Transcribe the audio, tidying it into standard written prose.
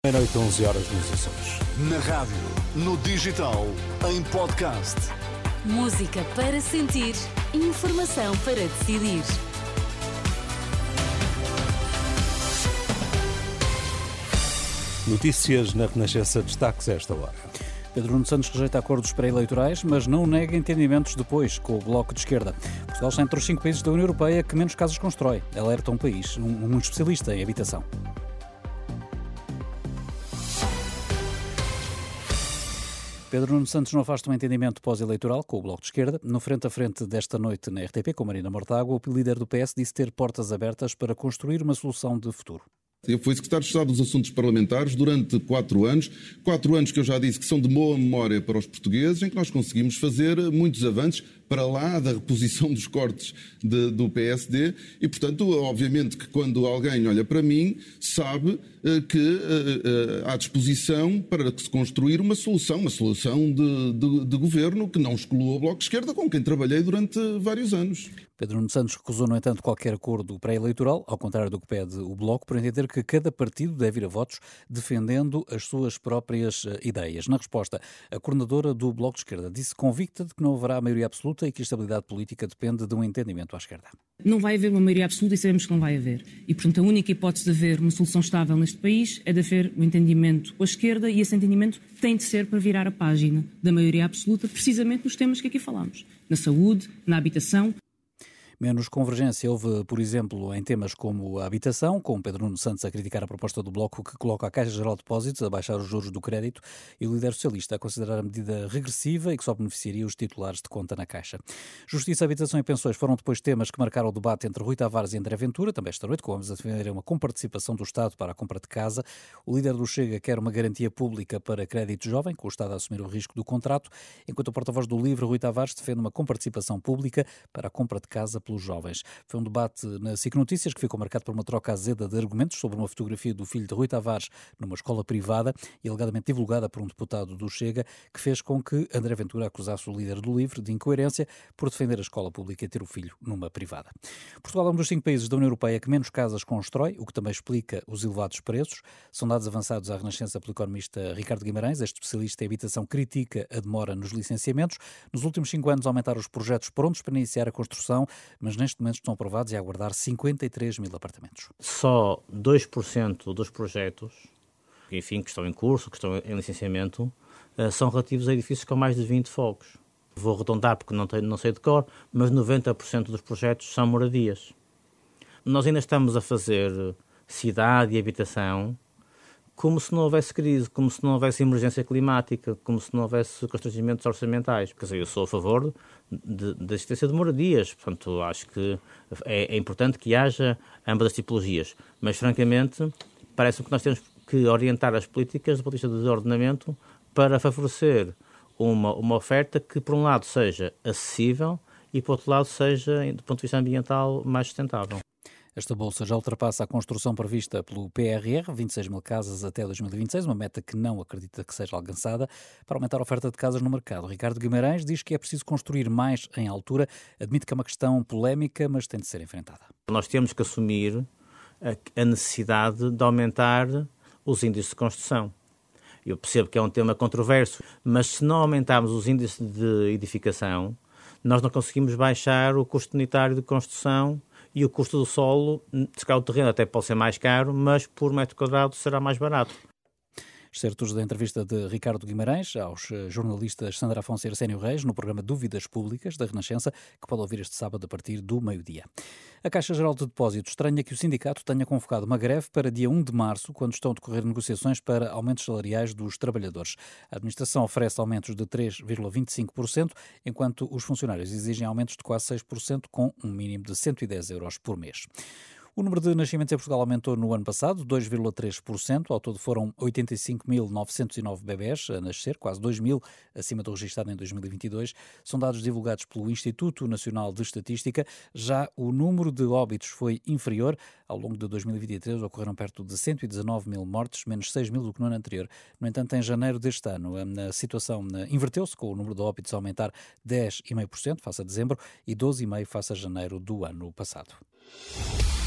Meia-noite, 11 horas nos Açores. Na rádio, no digital, em podcast. Música para sentir, informação para decidir. Notícias na Renascença, destaques a esta hora. Pedro Nuno Santos rejeita acordos pré-eleitorais, mas não nega entendimentos depois com o Bloco de Esquerda. Portugal está entre os 5 países da União Europeia que menos casas constrói. Alerta um especialista em habitação. Pedro Nuno Santos não afasta um entendimento pós-eleitoral com o Bloco de Esquerda. No frente a frente desta noite na RTP com Marina Mortágua, o líder do PS disse ter portas abertas para construir uma solução de futuro. Eu fui secretário de Estado dos Assuntos Parlamentares durante 4 anos. 4 anos que eu já disse que são de boa memória para os portugueses, em que nós conseguimos fazer muitos avanços para lá da reposição dos cortes do PSD e, portanto, obviamente que quando alguém olha para mim, sabe que há disposição para se construir uma solução de governo que não exclua o Bloco de Esquerda, com quem trabalhei durante vários anos. Pedro Nuno Santos recusou, no entanto, qualquer acordo pré-eleitoral, ao contrário do que pede o Bloco, por entender que cada partido deve ir a votos defendendo as suas próprias ideias. Na resposta, a coordenadora do Bloco de Esquerda disse convicta de que não haverá maioria absoluta e que a estabilidade política depende de um entendimento à esquerda. Não vai haver uma maioria absoluta e sabemos que não vai haver. E, portanto, a única hipótese de haver uma solução estável neste país é de haver um entendimento com a esquerda e esse entendimento tem de ser para virar a página da maioria absoluta, precisamente nos temas que aqui falámos. Na saúde, na habitação. Menos convergência houve, por exemplo, em temas como a habitação, com Pedro Nuno Santos a criticar a proposta do Bloco que coloca a Caixa Geral de Depósitos a baixar os juros do crédito e o líder socialista a considerar a medida regressiva e que só beneficiaria os titulares de conta na Caixa. Justiça, habitação e pensões foram depois temas que marcaram o debate entre Rui Tavares e André Ventura, também esta noite, com ambos a defenderem uma comparticipação do Estado para a compra de casa. O líder do Chega quer uma garantia pública para crédito jovem, com o Estado a assumir o risco do contrato, enquanto o porta-voz do LIVRE, Rui Tavares, defende uma comparticipação pública para a compra de casa pelos jovens. Foi um debate na SIC Notícias que ficou marcado por uma troca azeda de argumentos sobre uma fotografia do filho de Rui Tavares numa escola privada e alegadamente divulgada por um deputado do Chega, que fez com que André Ventura acusasse o líder do LIVRE de incoerência por defender a escola pública e ter o filho numa privada. Portugal é um dos 5 países da União Europeia que menos casas constrói, o que também explica os elevados preços. São dados avançados à Renascença pelo economista Ricardo Guimarães. Este especialista em habitação critica a demora nos licenciamentos. Nos últimos 5 anos aumentaram os projetos prontos para iniciar a construção, mas neste momento estão aprovados e a aguardar 53 mil apartamentos. Só 2% dos projetos, enfim, que estão em curso, que estão em licenciamento, são relativos a edifícios com mais de 20 fogos. Vou arredondar porque não sei de cor, mas 90% dos projetos são moradias. Nós ainda estamos a fazer cidade e habitação como se não houvesse crise, como se não houvesse emergência climática, como se não houvesse constrangimentos orçamentais. Quer dizer, eu sou a favor da existência de moradias, portanto, acho que é importante que haja ambas as tipologias, mas, francamente, parece-me que nós temos que orientar as políticas do ponto de vista do ordenamento para favorecer uma oferta que, por um lado, seja acessível e, por outro lado, seja, do ponto de vista ambiental, mais sustentável. Esta bolsa já ultrapassa a construção prevista pelo PRR, 26 mil casas até 2026, uma meta que não acredita que seja alcançada, para aumentar a oferta de casas no mercado. Ricardo Guimarães diz que é preciso construir mais em altura, admite que é uma questão polémica, mas tem de ser enfrentada. Nós temos que assumir a necessidade de aumentar os índices de construção. Eu percebo que é um tema controverso, mas se não aumentarmos os índices de edificação, nós não conseguimos baixar o custo unitário de construção e o custo do solo, se calhar o terreno até pode ser mais caro, mas por metro quadrado será mais barato. Excertos da entrevista de Ricardo Guimarães aos jornalistas Sandra Afonso e Arsénio Reis no programa Dúvidas Públicas da Renascença, que pode ouvir este sábado a partir do meio-dia. A Caixa Geral de Depósitos estranha que o sindicato tenha convocado uma greve para dia 1 de março, quando estão a decorrer negociações para aumentos salariais dos trabalhadores. A administração oferece aumentos de 3,25%, enquanto os funcionários exigem aumentos de quase 6%, com um mínimo de 110 euros por mês. O número de nascimentos em Portugal aumentou no ano passado, 2,3%. Ao todo foram 85.909 bebés a nascer, quase 2.000 acima do registrado em 2022. São dados divulgados pelo Instituto Nacional de Estatística. Já o número de óbitos foi inferior. Ao longo de 2023 ocorreram perto de 119 mil mortes, menos 6 mil do que no ano anterior. No entanto, em janeiro deste ano, a situação inverteu-se, com o número de óbitos a aumentar 10,5% face a dezembro e 12,5% face a janeiro do ano passado.